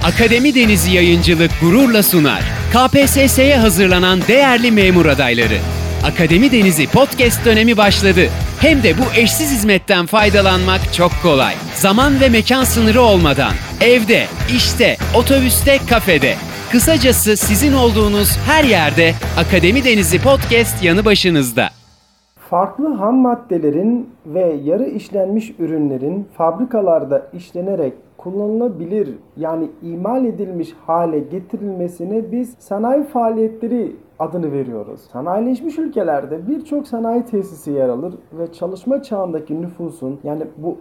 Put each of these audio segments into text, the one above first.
Akademi Denizi Yayıncılık gururla sunar. KPSS'ye hazırlanan değerli memur adayları. Akademi Denizi podcast dönemi başladı. Hem de bu eşsiz hizmetten faydalanmak çok kolay. Zaman ve mekan sınırı olmadan. Evde, işte, otobüste, kafede. Kısacası sizin olduğunuz her yerde Akademi Denizi podcast yanı başınızda. Farklı ham maddelerin ve yarı işlenmiş ürünlerin fabrikalarda işlenerek kullanılabilir, yani imal edilmiş hale getirilmesine biz sanayi faaliyetleri adını veriyoruz. Sanayileşmiş ülkelerde birçok sanayi tesisi yer alır ve çalışma çağındaki nüfusun, yani bu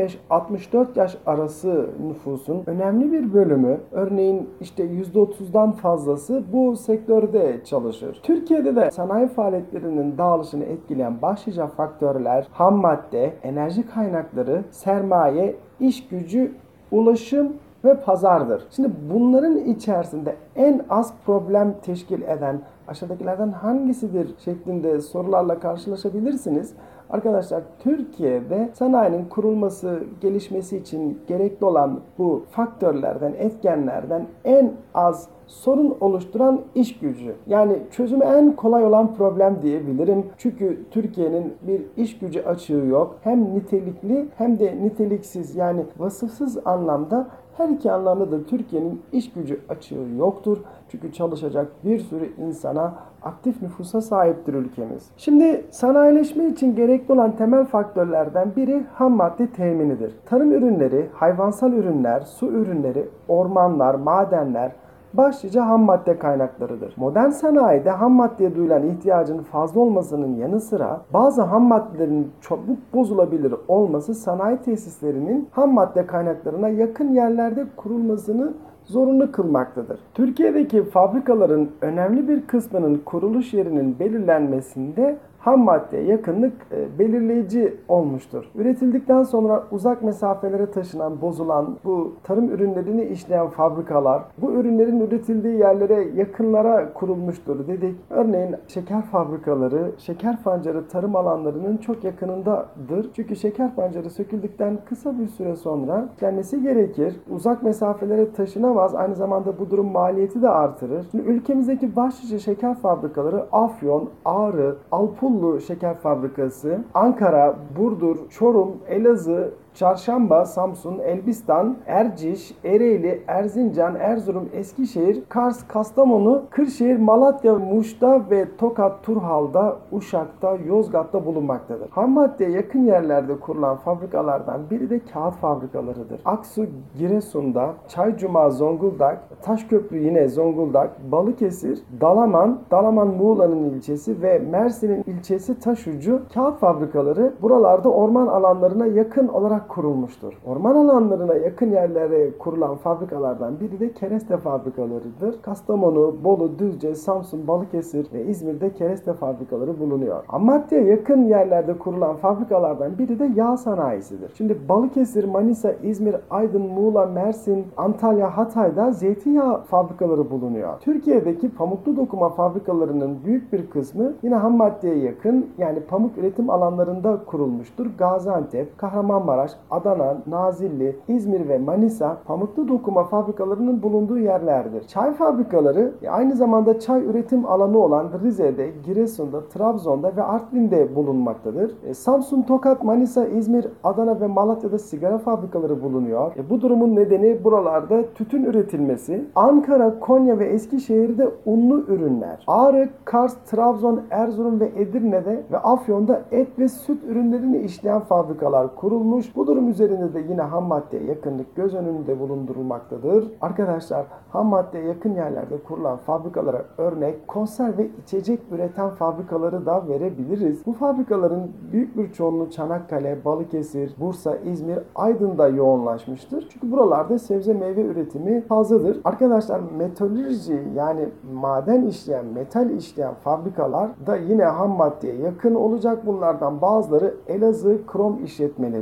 15-64 yaş arası nüfusun önemli bir bölümü, örneğin işte %30'dan fazlası bu sektörde çalışır. Türkiye'de de sanayi faaliyetlerinin dağılışını etkileyen başlıca faktörler ham madde, enerji kaynakları, sermaye, iş gücü, ulaşım ve pazardır. Şimdi bunların içerisinde en az problem teşkil eden aşağıdakilerden hangisidir şeklinde sorularla karşılaşabilirsiniz. Arkadaşlar, Türkiye'de sanayinin kurulması, gelişmesi için gerekli olan bu faktörlerden, etkenlerden en az sorun oluşturan iş gücü. Yani çözümü en kolay olan problem diyebilirim. Çünkü Türkiye'nin bir iş gücü açığı yok. Hem nitelikli hem de niteliksiz, yani vasıfsız anlamda, her iki anlamda da Türkiye'nin iş gücü açığı yoktur. Çünkü çalışacak bir sürü insana, aktif nüfusa sahiptir ülkemiz. Şimdi sanayileşme için gerekli olan temel faktörlerden biri ham madde teminidir. Tarım ürünleri, hayvansal ürünler, su ürünleri, ormanlar, madenler başlıca ham madde kaynaklarıdır. Modern sanayide ham maddeye duyulan ihtiyacın fazla olmasının yanı sıra bazı ham maddelerin çabuk bozulabilir olması sanayi tesislerinin ham madde kaynaklarına yakın yerlerde kurulmasını zorunlu kılmaktadır. Türkiye'deki fabrikaların önemli bir kısmının kuruluş yerinin belirlenmesinde ham maddeye yakınlık belirleyici olmuştur. Üretildikten sonra uzak mesafelere taşınan, bozulan bu tarım ürünlerini işleyen fabrikalar bu ürünlerin üretildiği yerlere, yakınlara kurulmuştur dedik. Örneğin şeker fabrikaları, şeker pancarı tarım alanlarının çok yakınındadır. Çünkü şeker pancarı söküldükten kısa bir süre sonra işlenmesi gerekir. Uzak mesafelere taşınamaz. Aynı zamanda bu durum maliyeti de artırır. Şimdi ülkemizdeki başlıca şeker fabrikaları Afyon, Ağrı, Alpullu Şeker Fabrikası, Ankara, Burdur, Çorum, Elazığ, Çarşamba, Samsun, Elbistan, Erciş, Ereğli, Erzincan, Erzurum, Eskişehir, Kars, Kastamonu, Kırşehir, Malatya, Muş'ta ve Tokat, Turhal'da, Uşak'ta, Yozgat'ta bulunmaktadır. Ham maddeye yakın yerlerde kurulan fabrikalardan biri de kağıt fabrikalarıdır. Aksu, Giresun'da, Çaycuma, Zonguldak, Taşköprü yine Zonguldak, Balıkesir, Dalaman Muğla'nın ilçesi ve Mersin'in ilçesi Taşucu kağıt fabrikaları buralarda orman alanlarına yakın olarak kurulmuştur. Orman alanlarına yakın yerlere kurulan fabrikalardan biri de kereste fabrikalarıdır. Kastamonu, Bolu, Düzce, Samsun, Balıkesir ve İzmir'de kereste fabrikaları bulunuyor. Maddeye yakın yerlerde kurulan fabrikalardan biri de yağ sanayisidir. Şimdi Balıkesir, Manisa, İzmir, Aydın, Muğla, Mersin, Antalya, Hatay'da zeytinyağı fabrikaları bulunuyor. Türkiye'deki pamuklu dokuma fabrikalarının büyük bir kısmı yine ham maddeye yakın, yani pamuk üretim alanlarında kurulmuştur. Gaziantep, Kahramanmaraş, Adana, Nazilli, İzmir ve Manisa pamuklu dokuma fabrikalarının bulunduğu yerlerdir. Çay fabrikaları aynı zamanda çay üretim alanı olan Rize'de, Giresun'da, Trabzon'da ve Artvin'de bulunmaktadır. Samsun, Tokat, Manisa, İzmir, Adana ve Malatya'da sigara fabrikaları bulunuyor. Bu durumun nedeni buralarda tütün üretilmesi. Ankara, Konya ve Eskişehir'de unlu ürünler. Ağrı, Kars, Trabzon, Erzurum ve Edirne'de ve Afyon'da et ve süt ürünlerini işleyen fabrikalar kurulmuş. Bu durum üzerinde de yine ham maddeye yakınlık göz önünde bulundurulmaktadır. Arkadaşlar, ham maddeye yakın yerlerde kurulan fabrikalara örnek konserve içecek üreten fabrikaları da verebiliriz. Bu fabrikaların büyük bir çoğunluğu Çanakkale, Balıkesir, Bursa, İzmir, Aydın'da yoğunlaşmıştır. Çünkü buralarda sebze meyve üretimi fazladır. Arkadaşlar, metalürji, yani maden işleyen, metal işleyen fabrikalar da yine ham maddeye yakın olacak. Bunlardan bazıları Elazığ Krom İşletmeleri, Seydi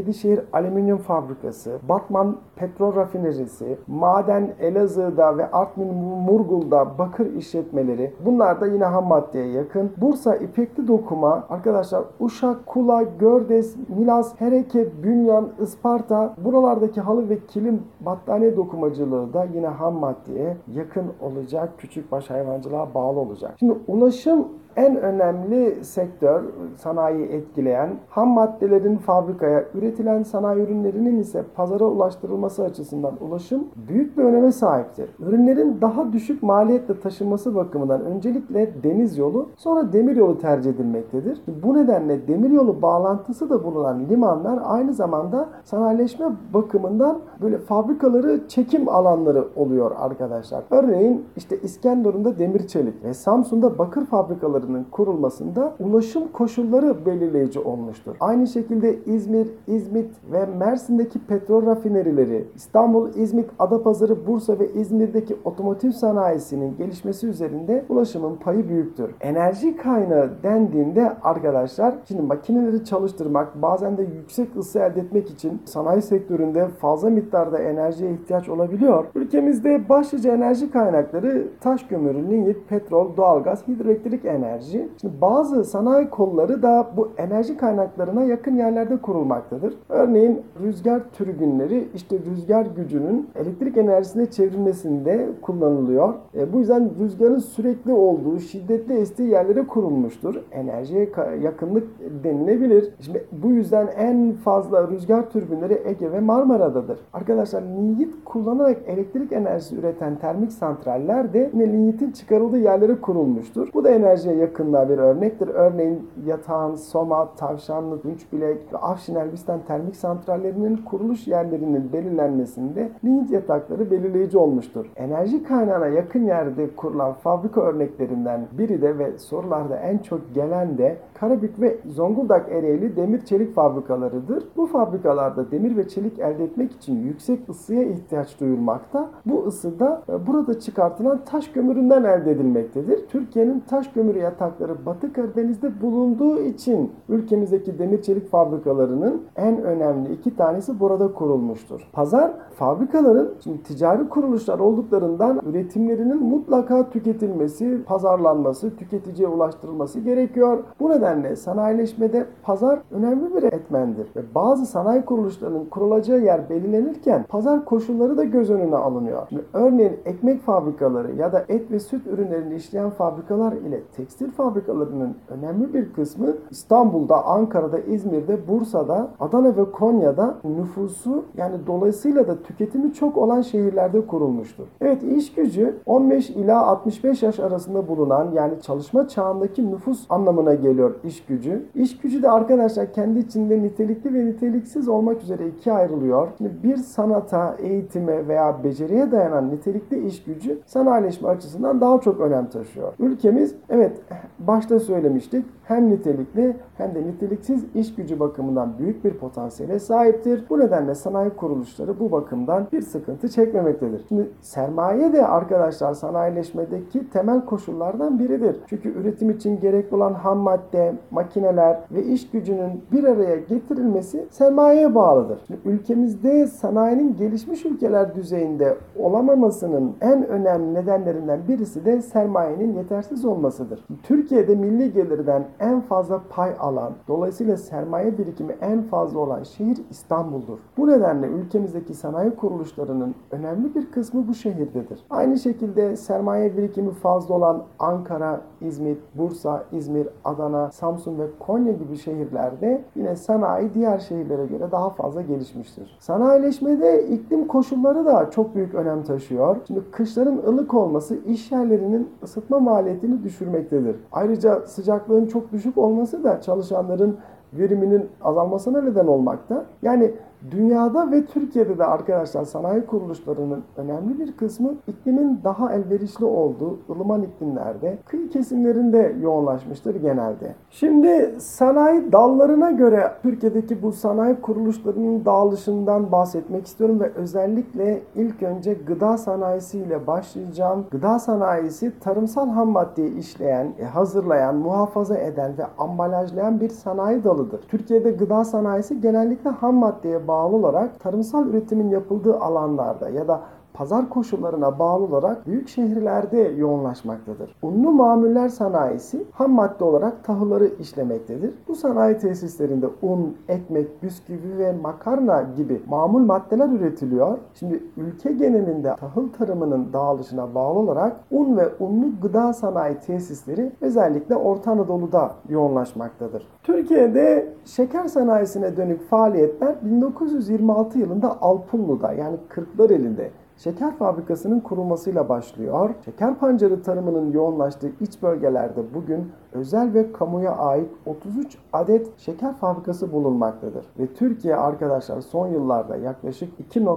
Yedişehir Alüminyum Fabrikası, Batman Petrol Rafinerisi, Maden Elazığ'da ve Artvin Murgul'da bakır işletmeleri. Bunlar da yine ham maddeye yakın. Bursa İpekli Dokuma, arkadaşlar Uşak, Kula, Gördes, Milas, Hereke, Bünyan, Isparta, buralardaki halı ve kilim battaniye dokumacılığı da yine ham maddeye yakın olacak. Küçükbaş hayvancılığa bağlı olacak. Şimdi ulaşım en önemli sektör, sanayiyi etkileyen, ham maddelerin fabrikaya, üretilen sanayi ürünlerinin ise pazara ulaştırılması açısından ulaşım büyük bir öneme sahiptir. Ürünlerin daha düşük maliyetle taşınması bakımından öncelikle deniz yolu, sonra demir yolu tercih edilmektedir. Bu nedenle demir yolu bağlantısı da bulunan limanlar aynı zamanda sanayileşme bakımından böyle fabrikaları çekim alanları oluyor arkadaşlar. Örneğin işte İskenderun'da demir çelik ve Samsun'da bakır fabrikaları kurulmasında ulaşım koşulları belirleyici olmuştur. Aynı şekilde İzmir, İzmit ve Mersin'deki petrol rafinerileri, İstanbul, İzmit, Adapazarı, Bursa ve İzmir'deki otomotiv sanayisinin gelişmesi üzerinde ulaşımın payı büyüktür. Enerji kaynağı dendiğinde arkadaşlar, şimdi makineleri çalıştırmak, bazen de yüksek ısı elde etmek için sanayi sektöründe fazla miktarda enerjiye ihtiyaç olabiliyor. Ülkemizde başlıca enerji kaynakları taş kömürü, linyit, petrol, doğalgaz, hidroelektrik enerji. Şimdi bazı sanayi kolları da bu enerji kaynaklarına yakın yerlerde kurulmaktadır. Örneğin rüzgar türbinleri işte rüzgar gücünün elektrik enerjisine çevrilmesinde kullanılıyor. Bu yüzden rüzgarın sürekli olduğu, şiddetli estiği yerlere kurulmuştur. Enerjiye yakınlık denilebilir. Şimdi bu yüzden en fazla rüzgar türbinleri Ege ve Marmara'dadır. Arkadaşlar linyit kullanarak elektrik enerjisi üreten termik santraller de yine linyitin çıkarıldığı yerlere kurulmuştur. Bu da enerjiye yakınlığa bir örnektir. Örneğin Yatağan, Soma, Tavşanlı, Günçbilek ve Afşin Elbistan termik santrallerinin kuruluş yerlerinin belirlenmesinde linyit yatakları belirleyici olmuştur. Enerji kaynağına yakın yerde kurulan fabrika örneklerinden biri de ve sorularda en çok gelen de Karabük ve Zonguldak Ereğli demir çelik fabrikalarıdır. Bu fabrikalarda demir ve çelik elde etmek için yüksek ısıya ihtiyaç duyulmakta. Bu ısı da burada çıkartılan taş kömüründen elde edilmektedir. Türkiye'nin taş kömürü yatakları Batı Karadeniz'de bulunduğu için ülkemizdeki demir çelik fabrikalarının en önemli iki tanesi burada kurulmuştur. Pazar, fabrikaların şimdi ticari kuruluşlar olduklarından üretimlerinin mutlaka tüketilmesi, pazarlanması, tüketiciye ulaştırılması gerekiyor. Bu nedenle sanayileşmede pazar önemli bir etmendir. Ve bazı sanayi kuruluşlarının kurulacağı yer belirlenirken pazar koşulları da göz önüne alınıyor. Şimdi örneğin ekmek fabrikaları ya da et ve süt ürünlerini işleyen fabrikalar ile tekstil fabrikalarının önemli bir kısmı İstanbul'da, Ankara'da, İzmir'de, Bursa'da, Adana ve Konya'da nüfusu yani dolayısıyla da tüketimi çok olan şehirlerde kurulmuştur. Evet, iş gücü 15 ila 65 yaş arasında bulunan yani çalışma çağındaki nüfus anlamına geliyor iş gücü. İş gücü de arkadaşlar kendi içinde nitelikli ve niteliksiz olmak üzere ikiye ayrılıyor. Şimdi bir sanata, eğitime veya beceriye dayanan nitelikli iş gücü sanayileşme açısından daha çok önem taşıyor. Ülkemiz evet başta söylemiştik hem nitelikli hem de niteliksiz iş gücü bakımından büyük bir potansiyele sahiptir. Bu nedenle sanayi kuruluşları bu bakımdan bir sıkıntı çekmemektedir. Şimdi sermaye de arkadaşlar sanayileşmedeki temel koşullardan biridir. Çünkü üretim için gerekli olan ham madde, makineler ve iş gücünün bir araya getirilmesi sermayeye bağlıdır. Şimdi ülkemizde sanayinin gelişmiş ülkeler düzeyinde olamamasının en önemli nedenlerinden birisi de sermayenin yetersiz olmasıdır. Türkiye'de milli gelirden en fazla pay alan, dolayısıyla sermaye birikimi en fazla olan şehir İstanbul'dur. Bu nedenle ülkemizdeki sanayi kuruluşlarının önemli bir kısmı bu şehirdedir. Aynı şekilde sermaye birikimi fazla olan Ankara, İzmit, Bursa, İzmir, Adana, Samsun ve Konya gibi şehirlerde yine sanayi diğer şehirlere göre daha fazla gelişmiştir. Sanayileşmede iklim koşulları da çok büyük önem taşıyor. Şimdi kışların ılık olması iş yerlerinin ısıtma maliyetini düşürmektedir. Ayrıca sıcaklığın çok düşük olması da çalışanların veriminin azalmasına neden olmakta. Yani Dünyada ve Türkiye'de de arkadaşlar sanayi kuruluşlarının önemli bir kısmı iklimin daha elverişli olduğu ılıman iklimlerde kıyı kesimlerinde yoğunlaşmıştır genelde. Şimdi sanayi dallarına göre Türkiye'deki bu sanayi kuruluşlarının dağılışından bahsetmek istiyorum ve özellikle ilk önce gıda sanayisiyle başlayacağım. Gıda sanayisi tarımsal ham maddeyi işleyen, hazırlayan, muhafaza eden ve ambalajlayan bir sanayi dalıdır. Türkiye'de gıda sanayisi genellikle ham maddeye bağlı olarak tarımsal üretimin yapıldığı alanlarda ya da pazar koşullarına bağlı olarak büyük şehirlerde yoğunlaşmaktadır. Unlu mamuller sanayisi ham madde olarak tahılları işlemektedir. Bu sanayi tesislerinde un, ekmek, bisküvi ve makarna gibi mamul maddeler üretiliyor. Şimdi ülke genelinde tahıl tarımının dağılışına bağlı olarak un ve unlu gıda sanayi tesisleri özellikle Orta Anadolu'da yoğunlaşmaktadır. Türkiye'de şeker sanayisine dönük faaliyetler 1926 yılında Alpunlu'da yani Kırklareli'nde şeker fabrikasının kurulmasıyla başlıyor. Şeker pancarı tarımının yoğunlaştığı iç bölgelerde bugün özel ve kamuya ait 33 adet şeker fabrikası bulunmaktadır. Ve Türkiye arkadaşlar son yıllarda yaklaşık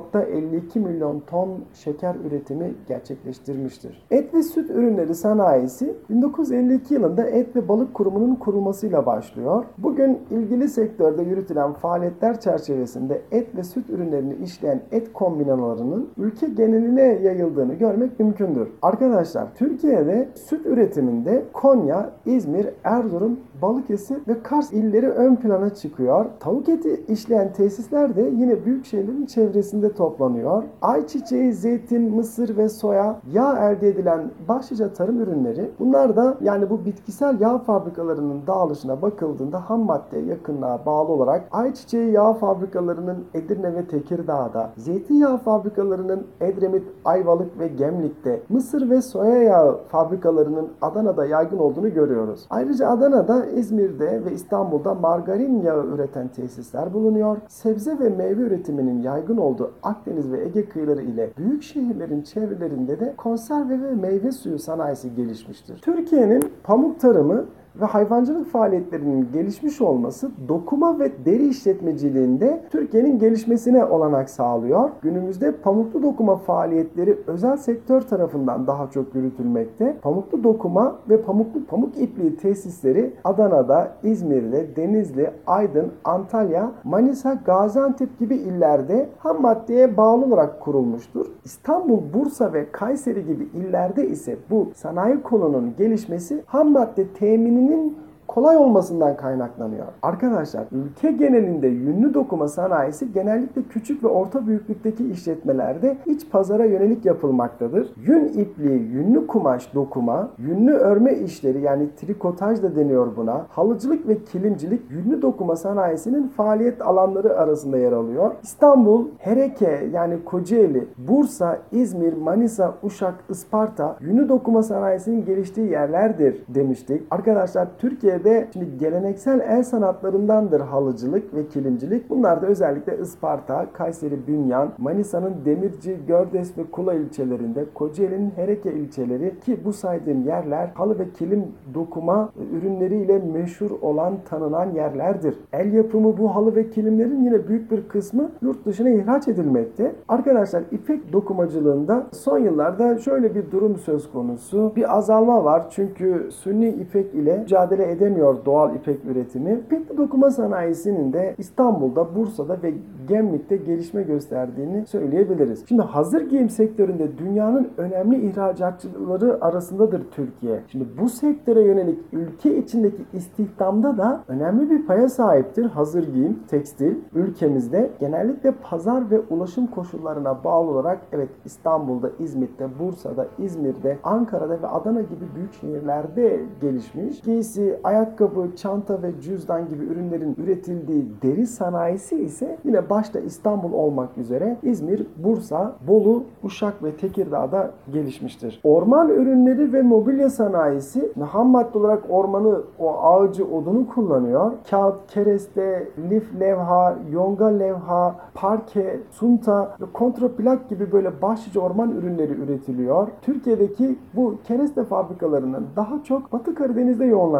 2,52 milyon ton şeker üretimi gerçekleştirmiştir. Et ve süt ürünleri sanayisi 1952 yılında Et ve Balık Kurumu'nun kurulmasıyla başlıyor. Bugün ilgili sektörde yürütülen faaliyetler çerçevesinde et ve süt ürünlerini işleyen et kombinalarının ülke geneline yayıldığını görmek mümkündür. Arkadaşlar Türkiye'de süt üretiminde Konya, İzmir, Erzurum, Balıkesir ve Kars illeri ön plana çıkıyor. Tavuk eti işleyen tesisler de yine büyük şehirlerin çevresinde toplanıyor. Ayçiçeği, zeytin, mısır ve soya, yağ elde edilen başlıca tarım ürünleri. Bunlar da yani bu bitkisel yağ fabrikalarının dağılışına bakıldığında ham maddeye yakınlığa bağlı olarak ayçiçeği yağ fabrikalarının Edirne ve Tekirdağ'da, zeytinyağı fabrikalarının Edremit, Ayvalık ve Gemlik'te, mısır ve soya yağı fabrikalarının Adana'da yaygın olduğunu görüyoruz. Ayrıca Adana'da, İzmir'de ve İstanbul'da margarin yağı üreten tesisler bulunuyor. Sebze ve meyve üretiminin yaygın olduğu Akdeniz ve Ege kıyıları ile büyük şehirlerin çevrelerinde de konserve ve meyve suyu sanayisi gelişmiştir. Türkiye'nin pamuk tarımı ve hayvancılık faaliyetlerinin gelişmiş olması dokuma ve deri işletmeciliğinde Türkiye'nin gelişmesine olanak sağlıyor. Günümüzde pamuklu dokuma faaliyetleri özel sektör tarafından daha çok yürütülmekte. Pamuklu dokuma ve pamuk ipliği tesisleri Adana'da, İzmir'de, Denizli, Aydın, Antalya, Manisa, Gaziantep gibi illerde ham maddeye bağlı olarak kurulmuştur. İstanbul, Bursa ve Kayseri gibi illerde ise bu sanayi kolunun gelişmesi ham madde temininin kolay olmasından kaynaklanıyor. Arkadaşlar ülke genelinde yünlü dokuma sanayisi genellikle küçük ve orta büyüklükteki işletmelerde iç pazara yönelik yapılmaktadır. Yün ipliği, yünlü kumaş dokuma, yünlü örme işleri yani trikotaj da deniyor buna, halıcılık ve kilimcilik yünlü dokuma sanayisinin faaliyet alanları arasında yer alıyor. İstanbul, Hereke yani Kocaeli, Bursa, İzmir, Manisa, Uşak, Isparta yünlü dokuma sanayisinin geliştiği yerlerdir demiştik. Arkadaşlar Türkiye'de şimdi geleneksel el sanatlarındandır halıcılık ve kilimcilik. Bunlar da özellikle Isparta, Kayseri, Bünyan, Manisa'nın Demirci, Gördes ve Kula ilçelerinde, Kocaeli'nin Hereke ilçeleri ki bu saydığım yerler halı ve kilim dokuma ürünleriyle meşhur olan, tanınan yerlerdir. El yapımı bu halı ve kilimlerin yine büyük bir kısmı yurt dışına ihraç edilmekte. Arkadaşlar ipek dokumacılığında son yıllarda şöyle bir durum söz konusu. Bir azalma var çünkü sünni ipek ile mücadele edemiyor doğal ipek üretimi. İpek dokuma sanayisinin de İstanbul'da, Bursa'da ve Gemlik'te gelişme gösterdiğini söyleyebiliriz. Şimdi hazır giyim sektöründe dünyanın önemli ihracatçıları arasındadır Türkiye. Şimdi bu sektöre yönelik ülke içindeki istihdamda da önemli bir paya sahiptir hazır giyim, tekstil. Ülkemizde genellikle pazar ve ulaşım koşullarına bağlı olarak evet İstanbul'da, İzmit'te, Bursa'da, İzmir'de, Ankara'da ve Adana gibi büyük şehirlerde gelişmiş. Giysi, ayakkabı, çanta ve cüzdan gibi ürünlerin üretildiği deri sanayisi ise yine başta İstanbul olmak üzere İzmir, Bursa, Bolu, Uşak ve Tekirdağ'da gelişmiştir. Orman ürünleri ve mobilya sanayisi ham madde olarak ormanı, o ağacı, odunu kullanıyor. Kağıt, kereste, lif levha, yonga levha, parke, sunta ve kontraplak gibi böyle başlıca orman ürünleri üretiliyor. Türkiye'deki bu kereste fabrikalarının daha çok Batı Karadeniz'de yoğunlaştığını görüyoruz.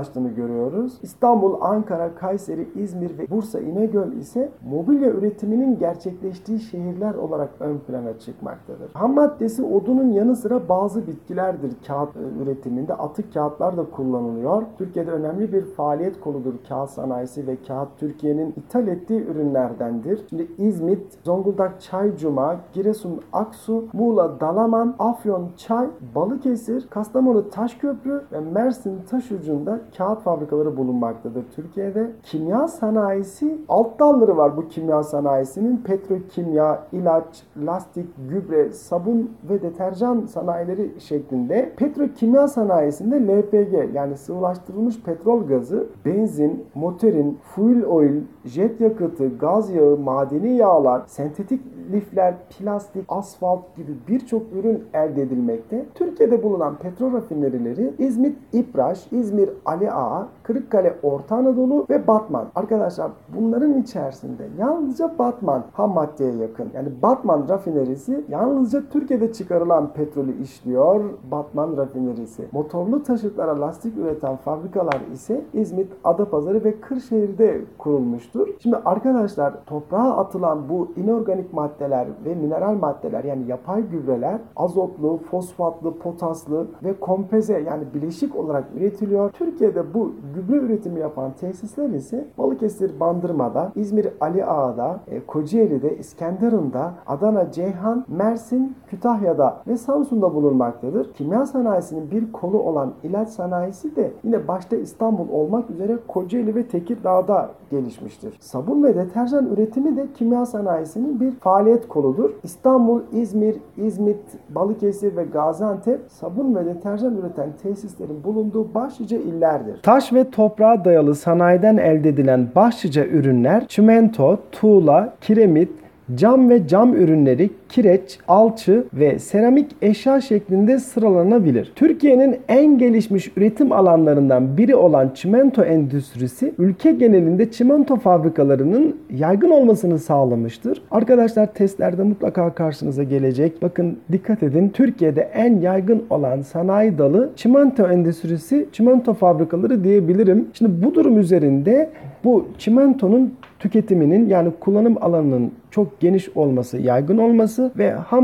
görüyoruz. İstanbul, Ankara, Kayseri, İzmir ve Bursa, İnegöl ise mobilya üretiminin gerçekleştiği şehirler olarak ön plana çıkmaktadır. Ham maddesi odunun yanı sıra bazı bitkilerdir. Kağıt üretiminde atık kağıtlar da kullanılıyor. Türkiye'de önemli bir faaliyet koludur kağıt sanayisi ve kağıt Türkiye'nin ithal ettiği ürünlerdendir. Şimdi İzmit, Zonguldak Çaycuma, Giresun Aksu, Muğla Dalaman, Afyon Çay, Balıkesir, Kastamonu Taşköprü ve Mersin Taşucu'nda kağıt fabrikaları bulunmaktadır. Türkiye'de kimya sanayisi alt dalları var bu kimya sanayisinin. Petrokimya, ilaç, lastik, gübre, sabun ve deterjan sanayileri şeklinde. Petrokimya sanayisinde LPG yani sıvılaştırılmış petrol gazı, benzin, motorin, fuel oil, jet yakıtı, gaz yağı, madeni yağlar, sentetik lifler, plastik, asfalt gibi birçok ürün elde edilmekte. Türkiye'de bulunan petrol rafinerileri İzmit İpraş, İzmir Ali Ağa, Kırıkkale Orta Anadolu ve Batman. Arkadaşlar bunların içerisinde yalnızca Batman ham maddeye yakın. Yani Batman rafinerisi yalnızca Türkiye'de çıkarılan petrolü işliyor. Batman rafinerisi. Motorlu taşıtlara lastik üreten fabrikalar ise İzmit, Adapazarı ve Kırşehir'de kurulmuştur. Şimdi arkadaşlar toprağa atılan bu inorganik maddeler ve mineral maddeler yani yapay gübreler azotlu, fosfatlı, potaslı ve kompeze yani bileşik olarak üretiliyor. Türkiye'de bu gübre üretimi yapan tesisler ise Balıkesir Bandırma'da, İzmir Ali Ağa'da, Kocaeli'de, İskenderun'da, Adana, Ceyhan, Mersin, Kütahya'da ve Samsun'da bulunmaktadır. Kimya sanayisinin bir kolu olan ilaç sanayisi de yine başta İstanbul olmak üzere Kocaeli ve Tekirdağ'da gelişmiştir. Sabun ve deterjan üretimi de kimya sanayisinin bir faaliyet koludur. İstanbul, İzmir, İzmit, Balıkesir ve Gaziantep sabun ve deterjan üreten tesislerin bulunduğu başlıca illerdir. Taş ve toprağa dayalı sanayiden elde edilen başlıca ürünler çimento, tuğla, kiremit, cam ve cam ürünleri, kireç, alçı ve seramik eşya şeklinde sıralanabilir. Türkiye'nin en gelişmiş üretim alanlarından biri olan çimento endüstrisi, ülke genelinde çimento fabrikalarının yaygın olmasını sağlamıştır. Arkadaşlar testlerde mutlaka karşınıza gelecek. Bakın dikkat edin. Türkiye'de en yaygın olan sanayi dalı çimento endüstrisi, çimento fabrikaları diyebilirim. Şimdi bu durum üzerinde bu çimentonun tüketiminin yani kullanım alanının çok geniş olması, yaygın olması ve ham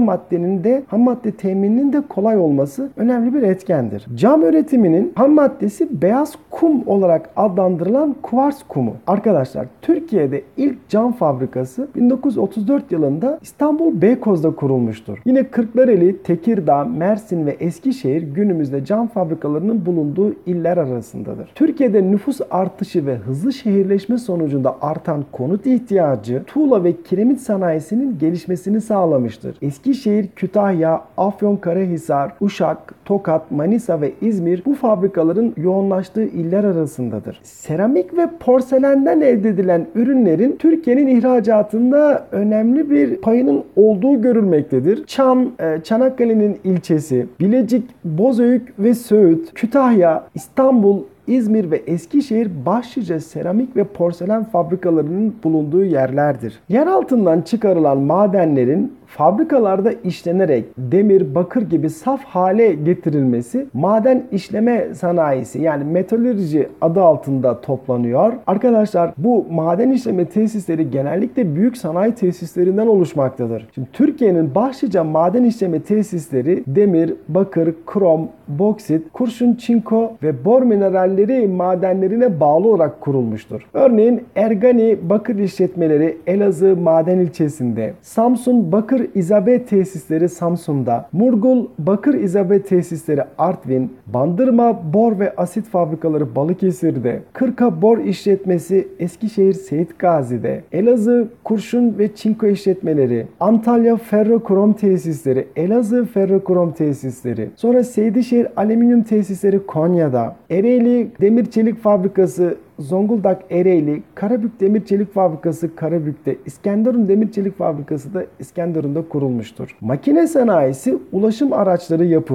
madde temininin de kolay olması önemli bir etkendir. Cam üretiminin ham maddesi beyaz kum olarak adlandırılan kuvars kumu. Arkadaşlar Türkiye'de ilk cam fabrikası 1934 yılında İstanbul Beykoz'da kurulmuştur. Yine Kırklareli, Tekirdağ, Mersin ve Eskişehir günümüzde cam fabrikalarının bulunduğu iller arasındadır. Türkiye'de nüfus artışı ve hızlı şehirleşme sonucunda artan konut ihtiyacı tuğla ve kiremit sanayisinin gelişmesini sağlamıştır. Eskişehir, Kütahya, Afyonkarahisar, Uşak, Tokat, Manisa ve İzmir bu fabrikaların yoğunlaştığı iller arasındadır. Seramik ve porselenden elde edilen ürünlerin Türkiye'nin ihracatında önemli bir payının olduğu görülmektedir. Çan, Çanakkale'nin ilçesi, Bilecik, Bozüyük ve Söğüt, Kütahya, İstanbul, İzmir ve Eskişehir başlıca seramik ve porselen fabrikalarının bulunduğu yerlerdir. Yer altından çıkarılan madenlerin fabrikalarda işlenerek demir, bakır gibi saf hale getirilmesi maden işleme sanayisi yani metalürji adı altında toplanıyor. Arkadaşlar bu maden işleme tesisleri genellikle büyük sanayi tesislerinden oluşmaktadır. Şimdi Türkiye'nin başlıca maden işleme tesisleri demir, bakır, krom, boksit, kurşun, çinko ve bor mineralleri madenlerine bağlı olarak kurulmuştur. Örneğin Ergani Bakır İşletmeleri Elazığ Maden İlçesi'nde, Samsun Bakır İzabe Tesisleri Samsun'da, Murgul Bakır İzabe Tesisleri Artvin, Bandırma Bor ve Asit Fabrikaları Balıkesir'de, Kırka Bor İşletmesi Eskişehir Seyit Gazi'de, Elazığ Kurşun ve Çinko İşletmeleri, Antalya Ferrokrom Tesisleri, Elazığ Ferrokrom Tesisleri, sonra Seydişehir Alüminyum Tesisleri Konya'da, Ereğli Demir Çelik Fabrikası Zonguldak Ereğli, Karabük Demir Çelik Fabrikası Karabük'te, İskenderun Demir Çelik Fabrikası da İskenderun'da kurulmuştur. Makine sanayisi, ulaşım araçları yapımı,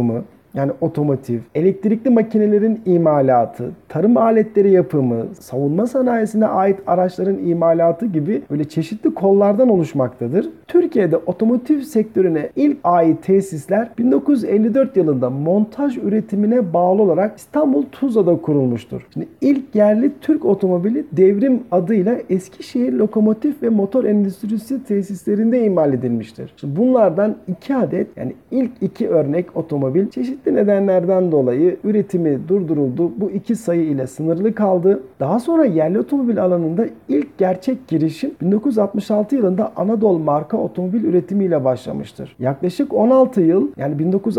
yani otomotiv, elektrikli makinelerin imalatı, tarım aletleri yapımı, savunma sanayisine ait araçların imalatı gibi böyle çeşitli kollardan oluşmaktadır. Türkiye'de otomotiv sektörüne ilk ait tesisler 1954 yılında montaj üretimine bağlı olarak İstanbul Tuzla'da kurulmuştur. Şimdi ilk yerli Türk otomobili Devrim adıyla Eskişehir Lokomotif ve Motor Endüstrisi tesislerinde imal edilmiştir. Şimdi bunlardan 2 adet, yani ilk 2 örnek otomobil çeşitli nedenlerden dolayı üretimi durduruldu. Bu 2 sayı ile sınırlı kaldı. Daha sonra yerli otomobil alanında ilk gerçek girişim 1966 yılında Anadolu marka otomobil üretimiyle başlamıştır. Yaklaşık 16 yıl, yani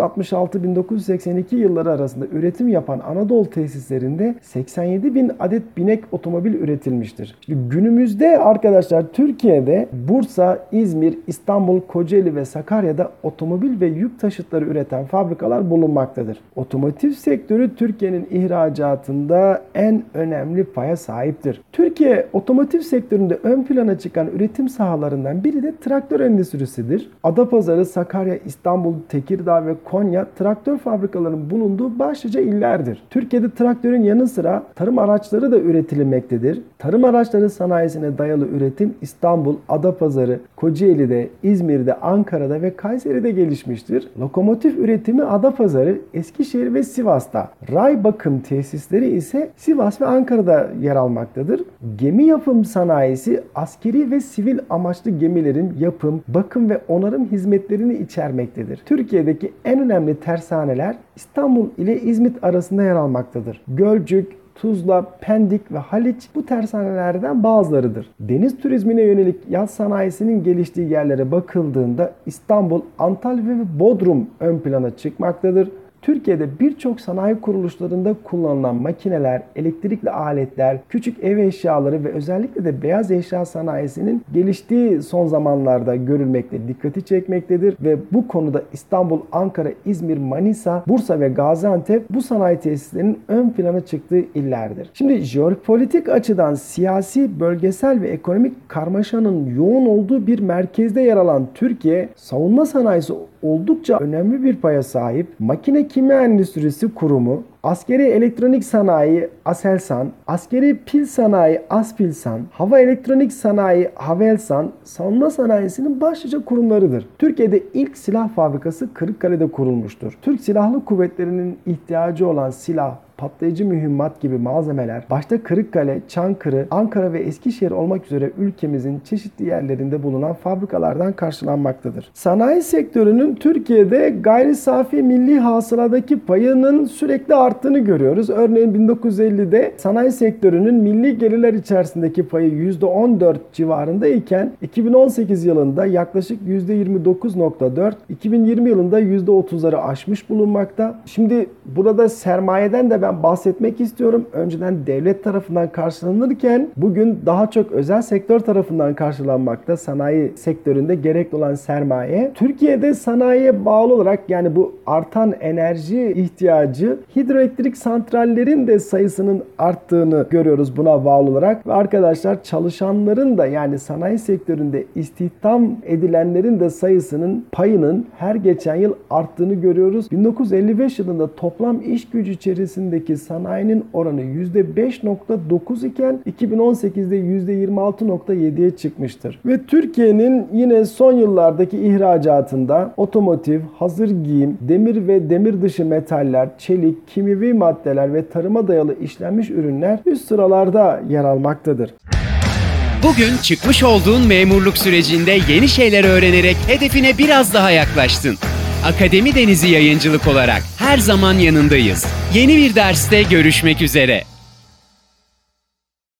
1966-1982 yılları arasında üretim yapan Anadolu tesislerinde 87 bin adet binek otomobil üretilmiştir. Şimdi günümüzde arkadaşlar Türkiye'de Bursa, İzmir, İstanbul, Kocaeli ve Sakarya'da otomobil ve yük taşıtları üreten fabrikalar bulunmaktadır. Otomotiv sektörü Türkiye'nin ihracatında en önemli paya sahiptir. Türkiye otomotiv sektöründe ön plana çıkan üretim sahalarından biri de traktör endüstrisidir. Adapazarı, Sakarya, İstanbul, Tekirdağ ve Konya traktör fabrikalarının bulunduğu başlıca illerdir. Türkiye'de traktörün yanı sıra tarım araçları da üretilmektedir. Tarım araçları sanayisine dayalı üretim İstanbul, Adapazarı, Kocaeli'de, İzmir'de, Ankara'da ve Kayseri'de gelişmiştir. Lokomotif üretimi Adapazarı, Eskişehir ve Sivas'ta. Ray bakım tesisleri ise Sivas ve Ankara'da yer almaktadır. Gemi yapım sanayisi askeri ve sivil amaçlı gemilerin yapım, bakım ve onarım hizmetlerini içermektedir. Türkiye'deki en önemli tersaneler İstanbul ile İzmit arasında yer almaktadır. Gölcük, Tuzla, Pendik ve Haliç bu tersanelerden bazılarıdır. Deniz turizmine yönelik yat sanayisinin geliştiği yerlere bakıldığında İstanbul, Antalya ve Bodrum ön plana çıkmaktadır. Türkiye'de birçok sanayi kuruluşlarında kullanılan makineler, elektrikli aletler, küçük ev eşyaları ve özellikle de beyaz eşya sanayisinin geliştiği son zamanlarda görülmekte, dikkati çekmektedir ve bu konuda İstanbul, Ankara, İzmir, Manisa, Bursa ve Gaziantep bu sanayi tesislerinin ön plana çıktığı illerdir. Şimdi jeopolitik açıdan siyasi, bölgesel ve ekonomik karmaşanın yoğun olduğu bir merkezde yer alan Türkiye, savunma sanayisi oldukça önemli bir paya sahip. Makine Kimya Endüstrisi Kurumu, askeri elektronik sanayi Aselsan, askeri pil sanayi Aspilsan, hava elektronik sanayi Havelsan, savunma sanayisinin başlıca kurumlarıdır. Türkiye'de ilk silah fabrikası Kırıkkale'de kurulmuştur. Türk Silahlı Kuvvetleri'nin ihtiyacı olan silah, patlayıcı mühimmat gibi malzemeler başta Kırıkkale, Çankırı, Ankara ve Eskişehir olmak üzere ülkemizin çeşitli yerlerinde bulunan fabrikalardan karşılanmaktadır. Sanayi sektörünün Türkiye'de gayri safi milli hasıladaki payının sürekli arttığını görüyoruz. Örneğin 1950'de sanayi sektörünün milli gelirler içerisindeki payı %14 civarında iken 2018 yılında yaklaşık %29.4, 2020 yılında %30'ları aşmış bulunmakta. Şimdi burada sermayeden de ben bahsetmek istiyorum. Önceden devlet tarafından karşılanırken bugün daha çok özel sektör tarafından karşılanmakta. Sanayi sektöründe gerekli olan sermaye. Türkiye'de sanayiye bağlı olarak, yani bu artan enerji ihtiyacı, hidroelektrik santrallerin de sayısının arttığını görüyoruz buna bağlı olarak. Ve arkadaşlar çalışanların da, yani sanayi sektöründe istihdam edilenlerin de sayısının, payının her geçen yıl arttığını görüyoruz. 1955 yılında toplam iş gücü içerisindeki sanayinin oranı %5.9 iken 2018'de %26.7'ye çıkmıştır. Ve Türkiye'nin yine son yıllardaki ihracatında otomotiv, hazır giyim, demir ve demir dışı metaller, çelik, kimyevi maddeler ve tarıma dayalı işlenmiş ürünler üst sıralarda yer almaktadır. Bugün çıkmış olduğun memurluk sürecinde yeni şeyler öğrenerek hedefine biraz daha yaklaştın. Akademi Denizi Yayıncılık olarak her zaman yanındayız. Yeni bir derste görüşmek üzere.